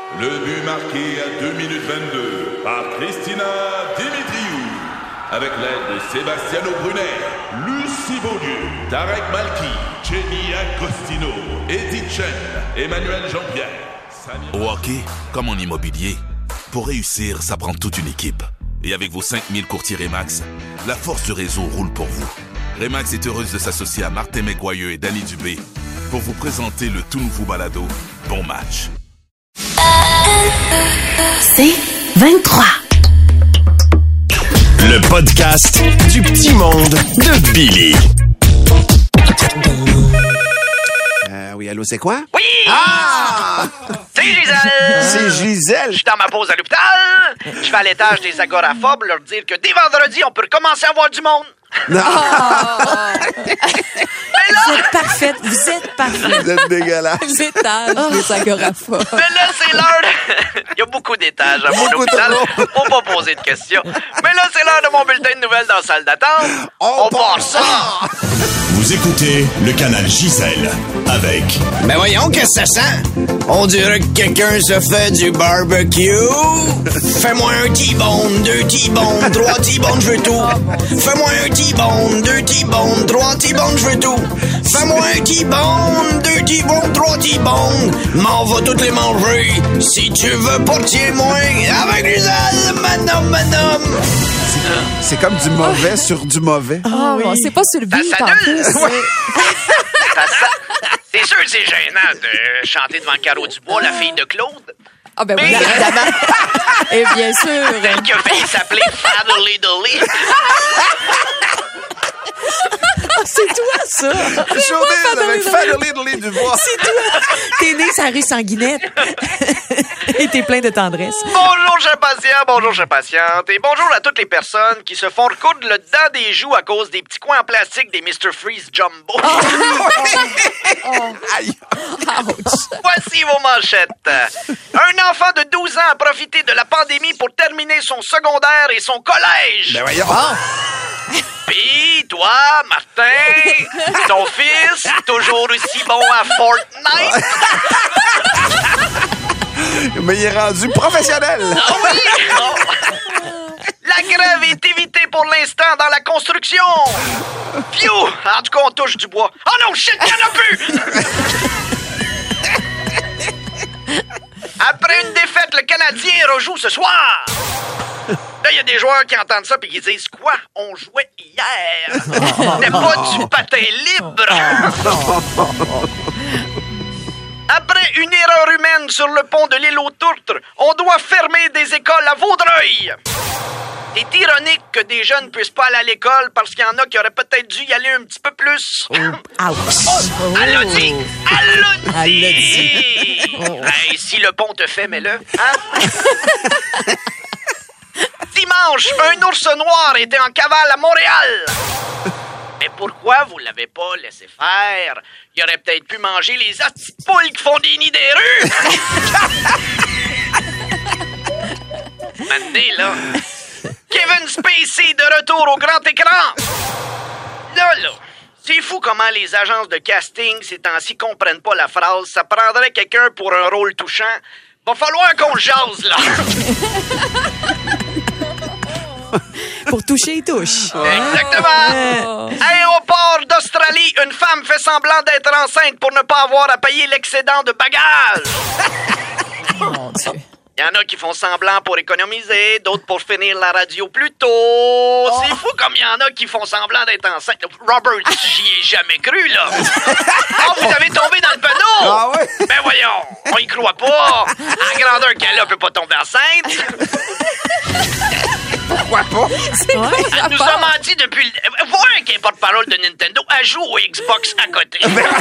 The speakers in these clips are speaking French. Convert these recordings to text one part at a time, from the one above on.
Le but marqué à 2 minutes 22 par Christina Dimitriou. Avec l'aide de Sebastiano Brunet, Lucie Beaulieu, Tarek Malki, Jenny Agostino, Edith Chen, Emmanuel Jean-Pierre. Au hockey, comme en immobilier, pour réussir, ça prend toute une équipe. Et avec vos 5000 courtiers Remax, la force du réseau roule pour vous. Remax est heureuse de s'associer à Martin McGuire et Danny Dubé pour vous présenter le tout nouveau balado Bon Match. C'est 23. Le podcast du petit monde de Billy. Oui, allô, c'est quoi? Oui! Ah! C'est Gisèle! C'est Gisèle! Je suis dans ma pause à l'hôpital. Je vais à l'étage des agoraphobes leur dire que dès vendredi, on peut recommencer à voir du monde. Non! Vous êtes parfaite, vous êtes parfaite. Vous êtes dégueulasse. L'étage des agoraphobes. Mais là, c'est l'heure. Il y a beaucoup d'étages à mon Beaucoup hôpital. trop. Faut pas poser de questions. Mais là, c'est l'heure de mon bulletin de nouvelles dans la salle d'attente. On part ça! Vous écoutez le canal Gisèle avec... Ben voyons, qu'est-ce que ça sent? On dirait que quelqu'un se fait du barbecue. Fais-moi un T-bone, 2 T-bones, 3 T-bones, je veux tout. Fais-moi un T-bone, 2 T-bones, 3 T-bones, je veux tout. Fais-moi un T-bone, 2 T-bones, 3 T-bones. M'en va toutes les manger. Si tu veux pas tiens moi avec Gisèle, madame. C'est comme du mauvais sur du mauvais. Oh, oui. C'est pas sur le beat, Ça en s'annule. plus. C'est sûr que c'est gênant de chanter devant Caro Dubois, la fille de Claude. Ah ben oui, Mais- évidemment. Et bien sûr. Celle qui a failli s'appeler Fadderly Dolly. C'est toi, ça. Journée avec Fadderly Dubois. C'est toi. T'es né sur la rue Sanguinette. Et t'es plein de tendresse. Bonjour, chers patients, bonjour, chers patientes, et bonjour à toutes les personnes qui se font recoudre le dedans des joues à cause des petits coins en plastique des Mr. Freeze Jumbo. Aïe. Ouch. Voici vos manchettes. Un enfant de 12 ans a profité de la pandémie pour terminer son secondaire et son collège. Ben voyons. Puis, toi, Martin, ton fils, toujours aussi bon à Fortnite. Mais il est rendu professionnel. Ah oui! Oh. La grève est évitée pour l'instant dans la construction. Phew! En tout cas, on touche du bois. Oh non, shit, y'en a plus! Après une défaite, le Canadien rejoue ce soir. Là, il y a des joueurs qui entendent ça et qui disent quoi? On jouait hier. C'était pas du patin libre. Après une erreur humaine sur le pont de l'île aux Tourtres, on doit fermer des écoles à Vaudreuil. C'est ironique que des jeunes puissent pas aller à l'école parce qu'il y en a qui auraient peut-être dû y aller un petit peu plus. Ouch. Elle l'a dit! Elle l'a Elle l'a dit! Hey, si le pont te fait, mets-le. Hein? Dimanche, un ours noir était en cavale à Montréal. Mais pourquoi vous l'avez pas laissé faire? Il aurait peut-être pu manger les hosties de poules qui font des nids des rues. Maintenant, là, Kevin Spacey de retour au grand écran. Là, c'est fou comment les agences de casting ces temps-ci comprennent pas la phrase « ça prendrait quelqu'un pour un rôle touchant ». Va falloir qu'on le jase, là. Pour toucher, il touche. Exactement. Aéroport d'Australie, une femme fait semblant d'être enceinte pour ne pas avoir à payer l'excédent de bagages. Mon Dieu. Il y en a qui font semblant pour économiser, d'autres pour finir la radio plus tôt. C'est fou comme il y en a qui font semblant d'être enceintes. Robert, j'y ai jamais cru, là. Ah, vous avez tombé dans le panneau? Ah ouais? Ben voyons, on y croit pas. À la grandeur qu'elle a, elle peut pas tomber enceinte. Pourquoi pas? Elle nous a menti depuis le... Voir qui est porte-parole de Nintendo, elle joue au Xbox à côté.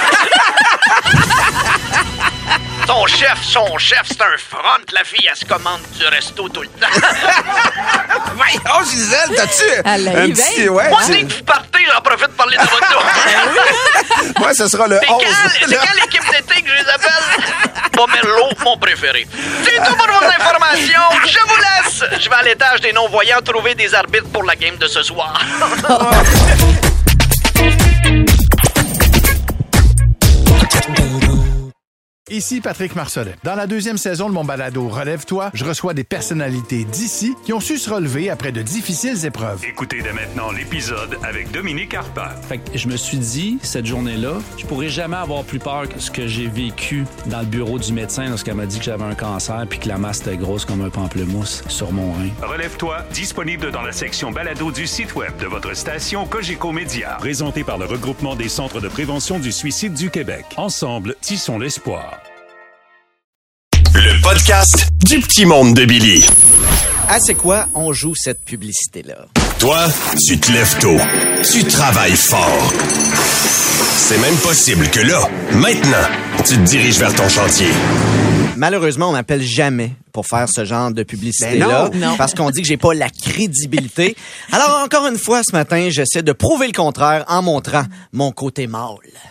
Son chef, c'est un front. La fille, elle se commande du resto tout le temps. Oh, Gisèle, t'as-tu Elle un arrive, petit... hein? Ouais, Moi, dès que vous partez, j'en profite de parler de votre dos. Moi, ce sera le C'est 11. quand l'équipe d'été que je les appelle? Pomerleau, mon préféré. C'est tout pour vos informations. Je vous laisse. Je vais à l'étage des non-voyants trouver des arbitres pour la game de ce soir. Ici Patrick Marcelet. Dans la 2e saison de mon balado Relève-toi, je reçois des personnalités d'ici qui ont su se relever après de difficiles épreuves. Écoutez dès maintenant l'épisode avec Dominique Arpin. Fait que je me suis dit, cette journée-là, je pourrais jamais avoir plus peur que ce que j'ai vécu dans le bureau du médecin lorsqu'elle m'a dit que j'avais un cancer puis que la masse était grosse comme un pamplemousse sur mon rein. Relève-toi, disponible dans la section balado du site web de votre station Cogeco Média. Présenté par le regroupement des centres de prévention du suicide du Québec. Ensemble, tissons l'espoir. Le podcast du petit monde de Billy. Ah, c'est quoi? On joue cette publicité-là. Toi, tu te lèves tôt. Tu travailles fort. C'est même possible que là, maintenant, tu te diriges vers ton chantier. Malheureusement, on m'appelle jamais pour faire ce genre de publicité-là. Non. Parce qu'on dit que j'ai pas la crédibilité. Alors, encore une fois, ce matin, j'essaie de prouver le contraire en montrant mon côté mâle.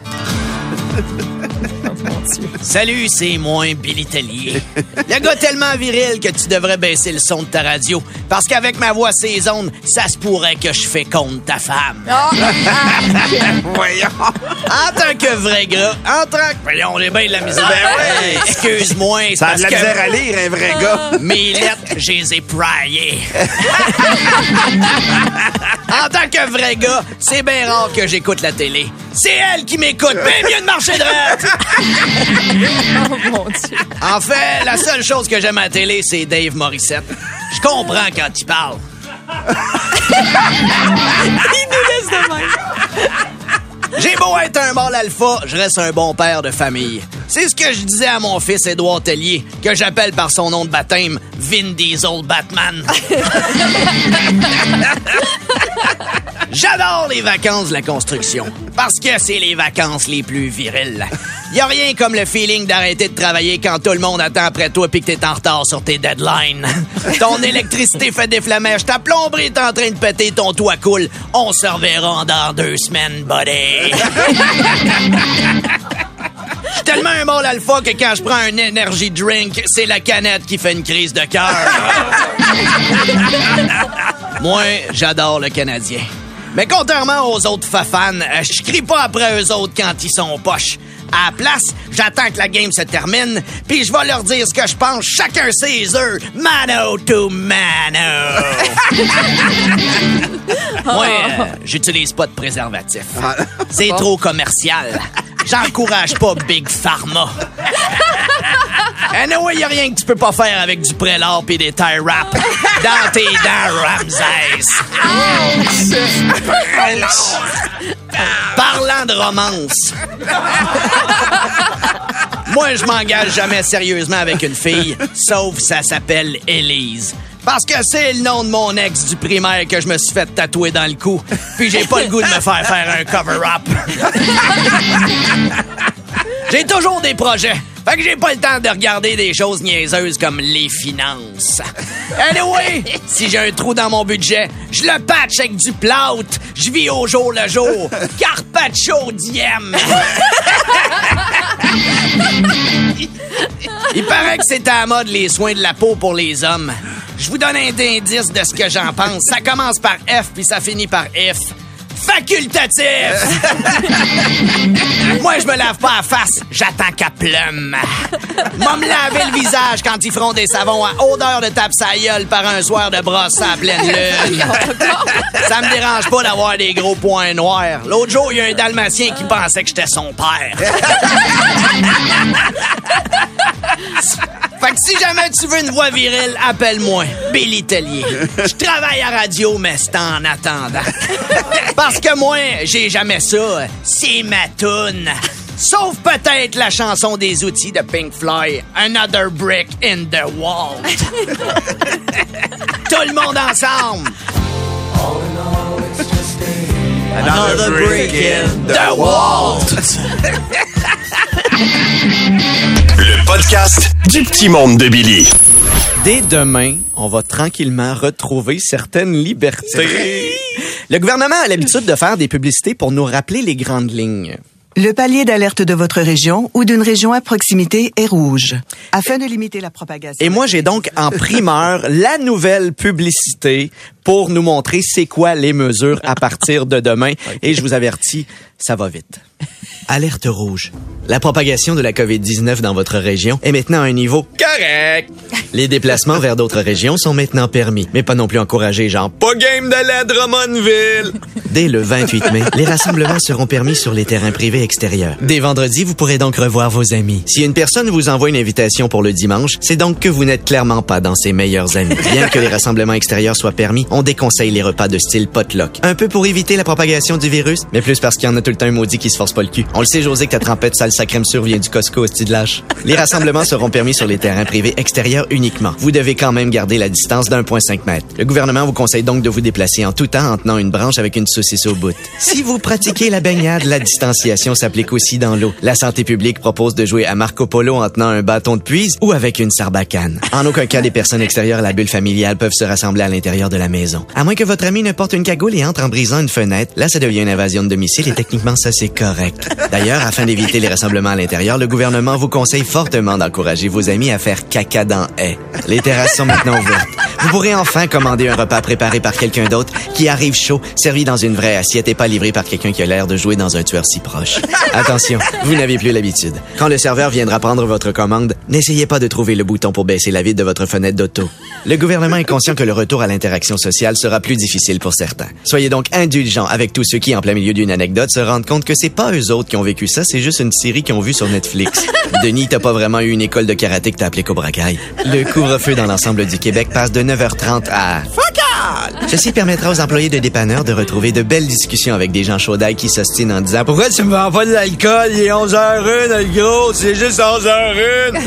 Salut, c'est moi, Billy Tellier. Le gars tellement viril que tu devrais baisser le son de ta radio. Parce qu'avec ma voix ces ondes, ça se pourrait que je féconde ta femme. Voyons. En tant que vrai gars, voyons, on est bien de la misère. Ben ouais. Excuse-moi, c'est Ça a parce de la que misère à lire, un vrai gars. mes lettres, je les ai praillées. En tant que vrai gars, c'est bien rare que j'écoute la télé. C'est elle qui m'écoute, bien mieux de marcher droite. Oh mon Dieu. En fait, la seule chose que j'aime à la télé, c'est Dave Morissette. Je comprends quand il parle. Il nous laisse de même. J'ai beau être un mâle alpha, je reste un bon père de famille. C'est ce que je disais à mon fils Édouard Tellier, que j'appelle par son nom de baptême Vin Diesel Batman. J'adore les vacances de la construction, parce que c'est les vacances les plus viriles. Y a rien comme le feeling d'arrêter de travailler quand tout le monde attend après toi pis que t'es en retard sur tes deadlines. Ton électricité fait des flamèches, ta plomberie est en train de péter, ton toit coule. On se reverra dans 2 semaines, buddy. Je suis tellement un mâle alpha que quand je prends un energy drink, c'est la canette qui fait une crise de cœur. Moi, j'adore le Canadien. Mais contrairement aux autres fafans, je crie pas après eux autres quand ils sont poches. À la place, j'attends que la game se termine, puis je vais leur dire ce que je pense, chacun ses œufs, mano to mano. Moi, j'utilise pas de préservatif. C'est trop commercial. J'encourage pas Big Pharma. Anyway, y a rien que tu peux pas faire avec du Prélor pis des tie wrap dans tes dents, Ramsès. Parlant de romance, moi, je m'engage jamais sérieusement avec une fille, sauf ça s'appelle Élise. Parce que c'est le nom de mon ex du primaire que je me suis fait tatouer dans le cou. Puis j'ai pas le goût de me faire un cover-up. J'ai toujours des projets. Fait que j'ai pas le temps de regarder des choses niaiseuses comme les finances. Anyway, si j'ai un trou dans mon budget, je le patch avec du plâtre. Je vis au jour le jour. Carpaccio diem. Il paraît que c'est à la mode les soins de la peau pour les hommes. Je vous donne un indice de ce que j'en pense. Ça commence par F puis ça finit par F. Facultatif! Moi, je me lave pas la face, j'attends qu'elle plume. Moi, me laver le visage quand ils feront des savons à odeur de tape sa gueule par un soir de brosse à pleine lune. Ça me dérange pas d'avoir des gros points noirs. L'autre jour, il y a un dalmatien qui pensait que j'étais son père. Fait que si jamais tu veux une voix virile, appelle-moi Billy Tellier. Je travaille à radio, mais c'est en attendant. Parce que moi, j'ai jamais ça. C'est ma toune. Sauf peut-être la chanson des outils de Pink Floyd, Another Brick in the Wall. Tout le monde ensemble. Another brick in the wall. Le podcast du petit monde de Billy. Dès demain, on va tranquillement retrouver certaines libertés. Le gouvernement a l'habitude de faire des publicités pour nous rappeler les grandes lignes. Le palier d'alerte de votre région ou d'une région à proximité est rouge. Afin de limiter la propagation... Et moi, j'ai donc en primeur la nouvelle publicité pour nous montrer c'est quoi les mesures à partir de demain. Et je vous avertis, ça va vite. Alerte rouge. La propagation de la COVID-19 dans votre région est maintenant à un niveau correct. Les déplacements vers d'autres régions sont maintenant permis, mais pas non plus encouragés, genre pas game d'aller à Drummondville. Dès le 28 mai, les rassemblements seront permis sur les terrains privés extérieurs. Dès vendredi, vous pourrez donc revoir vos amis. Si une personne vous envoie une invitation pour le dimanche, c'est donc que vous n'êtes clairement pas dans ses meilleurs amis. Bien que les rassemblements extérieurs soient permis, on déconseille les repas de style potluck. Un peu pour éviter la propagation du virus, mais plus parce qu'il y en a tout le temps un maudit qui se force pas le cul. On le sait, José, que ta trempette salsa crème sûre vient du Costco au style lâche. Les rassemblements seront permis sur les terrains privés extérieurs uniquement. Vous devez quand même garder la distance d'1,5 mètre. Le gouvernement vous conseille donc de vous déplacer en tout temps en tenant une branche avec une saucisse au bout. Si vous pratiquez la baignade, la distanciation s'applique aussi dans l'eau. La santé publique propose de jouer à Marco Polo en tenant un bâton de puise ou avec une sarbacane. En aucun cas, des personnes extérieures à la bulle familiale peuvent se rassembler à l'intérieur de la maison. À moins que votre ami ne porte une cagoule et entre en brisant une fenêtre, là, ça devient une invasion de domicile et techniquement, ça, c'est correct. D'ailleurs, afin d'éviter les rassemblements à l'intérieur, le gouvernement vous conseille fortement d'encourager vos amis à faire caca dans haie. Les terrasses sont maintenant ouvertes. Vous pourrez enfin commander un repas préparé par quelqu'un d'autre qui arrive chaud, servi dans une vraie assiette et pas livré par quelqu'un qui a l'air de jouer dans un tueur si proche. Attention, vous n'avez plus l'habitude. Quand le serveur viendra prendre votre commande, n'essayez pas de trouver le bouton pour baisser la vitre de votre fenêtre d'auto. Le gouvernement est conscient que le retour à l'interaction sociale sera plus difficile pour certains. Soyez donc indulgents avec tous ceux qui, en plein milieu d'une anecdote, se rendent compte que c'est pas eux autres qui ont vécu ça, c'est juste une série qu'ils ont vue sur Netflix. Denis, t'as pas vraiment eu une école de karaté que t'as appelée Cobra Kai. Le couvre-feu dans l'ensemble du Québec passe de 9h30 à... Ceci permettra aux employés de dépanneurs de retrouver de belles discussions avec des gens chauds d'ail qui s'ostinent en disant « Pourquoi tu me vends pas de l'alcool? Il est 11h01, le gros, c'est juste 11h01! »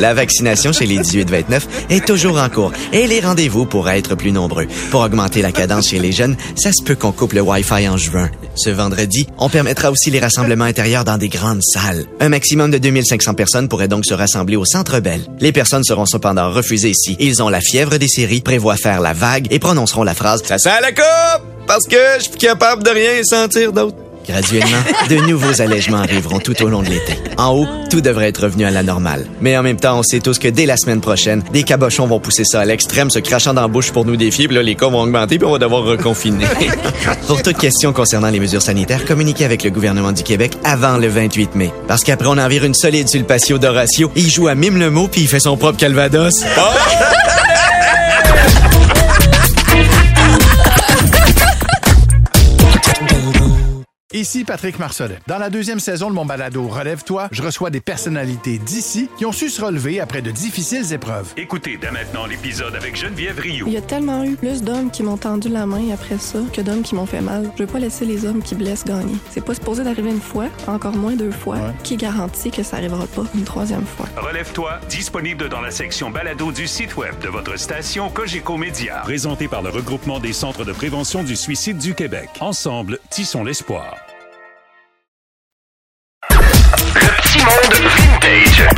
La vaccination chez les 18-29 est toujours en cours et les rendez-vous pourraient être plus nombreux. Pour augmenter la cadence chez les jeunes, ça se peut qu'on coupe le Wi-Fi en juin. Ce vendredi, on permettra aussi les rassemblements intérieurs dans des grandes salles. Un maximum de 2500 personnes pourraient donc se rassembler au Centre Bell. Les personnes seront cependant refusées si ils ont la fièvre des séries, prévoient faire la vague et prononceront la phrase « Ça sent la coupe! Parce que je suis capable de rien sentir d'autre. » Graduellement, de nouveaux allègements arriveront tout au long de l'été. En haut, tout devrait être revenu à la normale. Mais en même temps, on sait tous que dès la semaine prochaine, des cabochons vont pousser ça à l'extrême, se crachant dans la bouche pour nous défier, puis là, les cas vont augmenter, puis on va devoir reconfiner. Pour toute question concernant les mesures sanitaires, communiquez avec le gouvernement du Québec avant le 28 mai. Parce qu'après, on en vire une solide sur le patio d'Horatio, et il joue à Mime le mot, puis il fait son propre Calvados. Ici Patrick Marcelet. Dans la deuxième saison de mon balado Relève-toi, je reçois des personnalités d'ici qui ont su se relever après de difficiles épreuves. Écoutez dès maintenant l'épisode avec Geneviève Rioux. Il y a tellement eu plus d'hommes qui m'ont tendu la main après ça que d'hommes qui m'ont fait mal. Je veux pas laisser les hommes qui blessent gagner. C'est pas supposé d'arriver une fois, encore moins 2 fois. Ouais. Qui garantit que ça arrivera pas une 3e fois? Relève-toi, disponible dans la section balado du site web de votre station Cogeco Média. Présenté par le regroupement des centres de prévention du suicide du Québec. Ensemble, tissons l'espoir. Le petit monde vintage.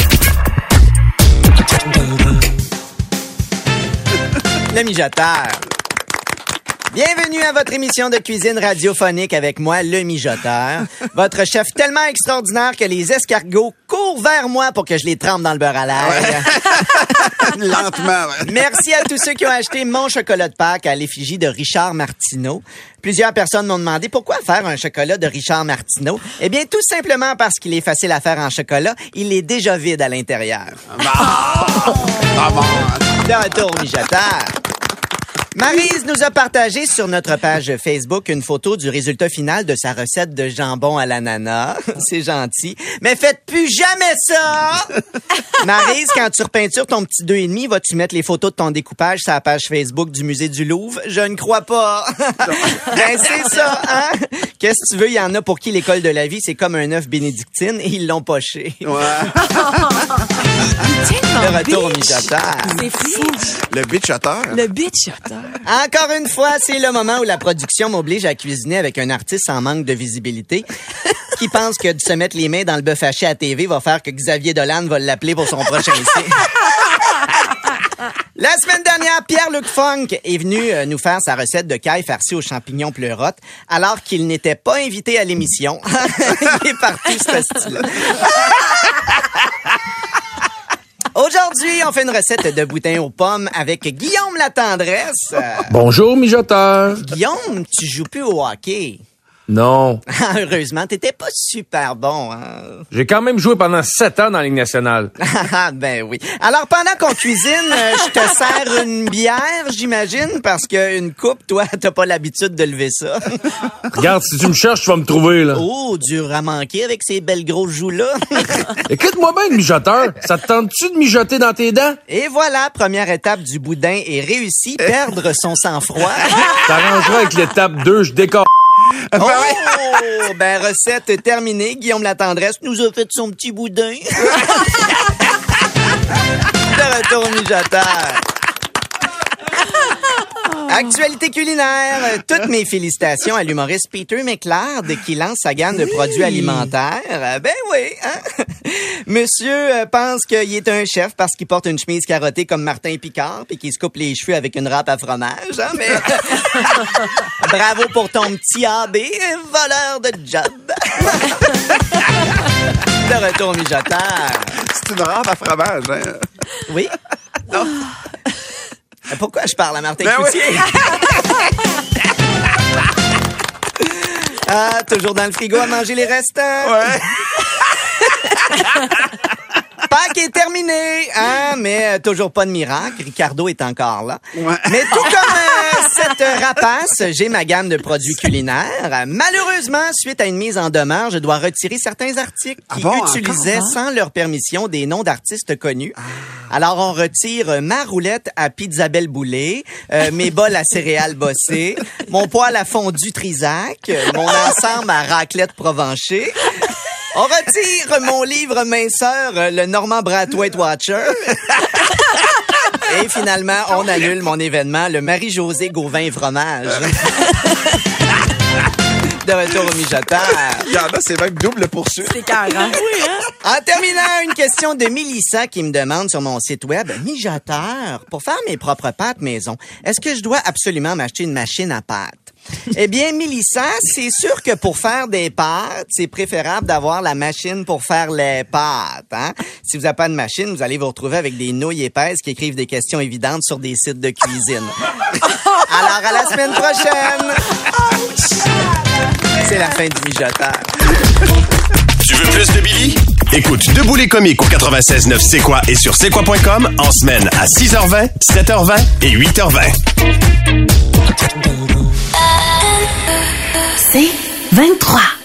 Le mijoteur. Bienvenue à votre émission de cuisine radiophonique avec moi, le mijoteur. Votre chef tellement extraordinaire que les escargots courent vers moi pour que je les trempe dans le beurre à l'ail. Lentement. Ouais. Merci à tous ceux qui ont acheté mon chocolat de Pâques à l'effigie de Richard Martineau. Plusieurs personnes m'ont demandé pourquoi faire un chocolat de Richard Martineau. Eh bien, tout simplement parce qu'il est facile à faire en chocolat. Il est déjà vide à l'intérieur. De retour au mijoteur. Maryse nous a partagé sur notre page Facebook une photo du résultat final de sa recette de jambon à l'ananas. C'est gentil. Mais faites plus jamais ça! Maryse, quand tu repeintures ton petit 2,5, vas-tu mettre les photos de ton découpage sur la page Facebook du Musée du Louvre? Je ne crois pas. Ben, c'est ça, hein? Qu'est-ce que tu veux? Il y en a pour qui l'école de la vie, c'est comme un œuf bénédictine et ils l'ont poché. Ouais. Le retour au mijoteur. C'est fou. Le bitchoteur. Le bitchoteur. Encore une fois, c'est le moment où la production m'oblige à cuisiner avec un artiste en manque de visibilité qui pense que de se mettre les mains dans le bœuf haché à TV va faire que Xavier Dolan va l'appeler pour son prochain essai. La semaine dernière, Pierre-Luc Funk est venu nous faire sa recette de caille farcie aux champignons pleurotes, alors qu'il n'était pas invité à l'émission. Il est parti, ce style-là. Aujourd'hui, on fait une recette de boudin aux pommes avec Guillaume Latendresse. Bonjour, mijoteur. Guillaume, tu joues plus au hockey. Non. Heureusement, t'étais pas super bon, hein? J'ai quand même joué pendant 7 ans dans la Ligue nationale. Ben oui. Alors, pendant qu'on cuisine, je te sers une bière, j'imagine, parce qu'une coupe, toi, t'as pas l'habitude de lever ça. Regarde, si tu me cherches, tu vas me trouver, là. Oh, dur à manquer avec ces belles grosses joues-là. Écoute-moi bien, mijoteur. Ça te tente-tu de mijoter dans tes dents? Et voilà, première étape du boudin est réussie, perdre son sang-froid. T'arrangeras avec l'étape 2, je décore. Oh! Ben, recette terminée. Guillaume Latendresse nous a fait son petit boudin. De retour au mijoteur. Actualité culinaire. Toutes mes félicitations à l'humoriste Peter McLeod qui lance sa gamme de produits alimentaires. Ben oui, hein? Monsieur pense qu'il est un chef parce qu'il porte une chemise carottée comme Martin Picard puis qu'il se coupe les cheveux avec une râpe à fromage, hein? Mais bravo pour ton petit AB, voleur de job. De retour au mijoteur. C'est une râpe à fromage, hein? Oui? Non. Pourquoi je parle à Martin ben Cloutier? Oui. Ah, toujours dans le frigo à manger les restants. Ouais. Pâques est terminé, hein, mais toujours pas de miracle. Ricardo est encore là. Ouais. Mais tout comme cette rapace, j'ai ma gamme de produits culinaires. Malheureusement, suite à une mise en demeure, je dois retirer certains articles qui utilisaient sans leur permission des noms d'artistes connus. Alors, on retire ma roulette à Pizzabelle Boulay, mes bols à céréales bossées, mon poêle à fondu Trisac, mon ensemble à raclette Provencher. On retire mon livre minceur, le Normand Brathwaite Watcher. Et finalement, on annule mon événement, le Marie-Josée Gauvin et fromage. De retour au mijoteur. Il y en a, c'est même double poursuite. C'est carré. Oui, hein? En terminant, une question de Mélissa qui me demande sur mon site web, mijoteur, pour faire mes propres pâtes maison, est-ce que je dois absolument m'acheter une machine à pâtes? Eh bien, Mélissa, c'est sûr que pour faire des pâtes, c'est préférable d'avoir la machine pour faire les pâtes. Hein? Si vous n'avez pas de machine, vous allez vous retrouver avec des nouilles épaisses qui écrivent des questions évidentes sur des sites de cuisine. Alors, à la semaine prochaine! C'est la fin du mijoteur. Tu veux plus de Billy? Écoute Debout les comiques au 96.9 C'est quoi et sur c'est quoi.com en semaine à 6h20, 7h20 et 8h20. C'est 23.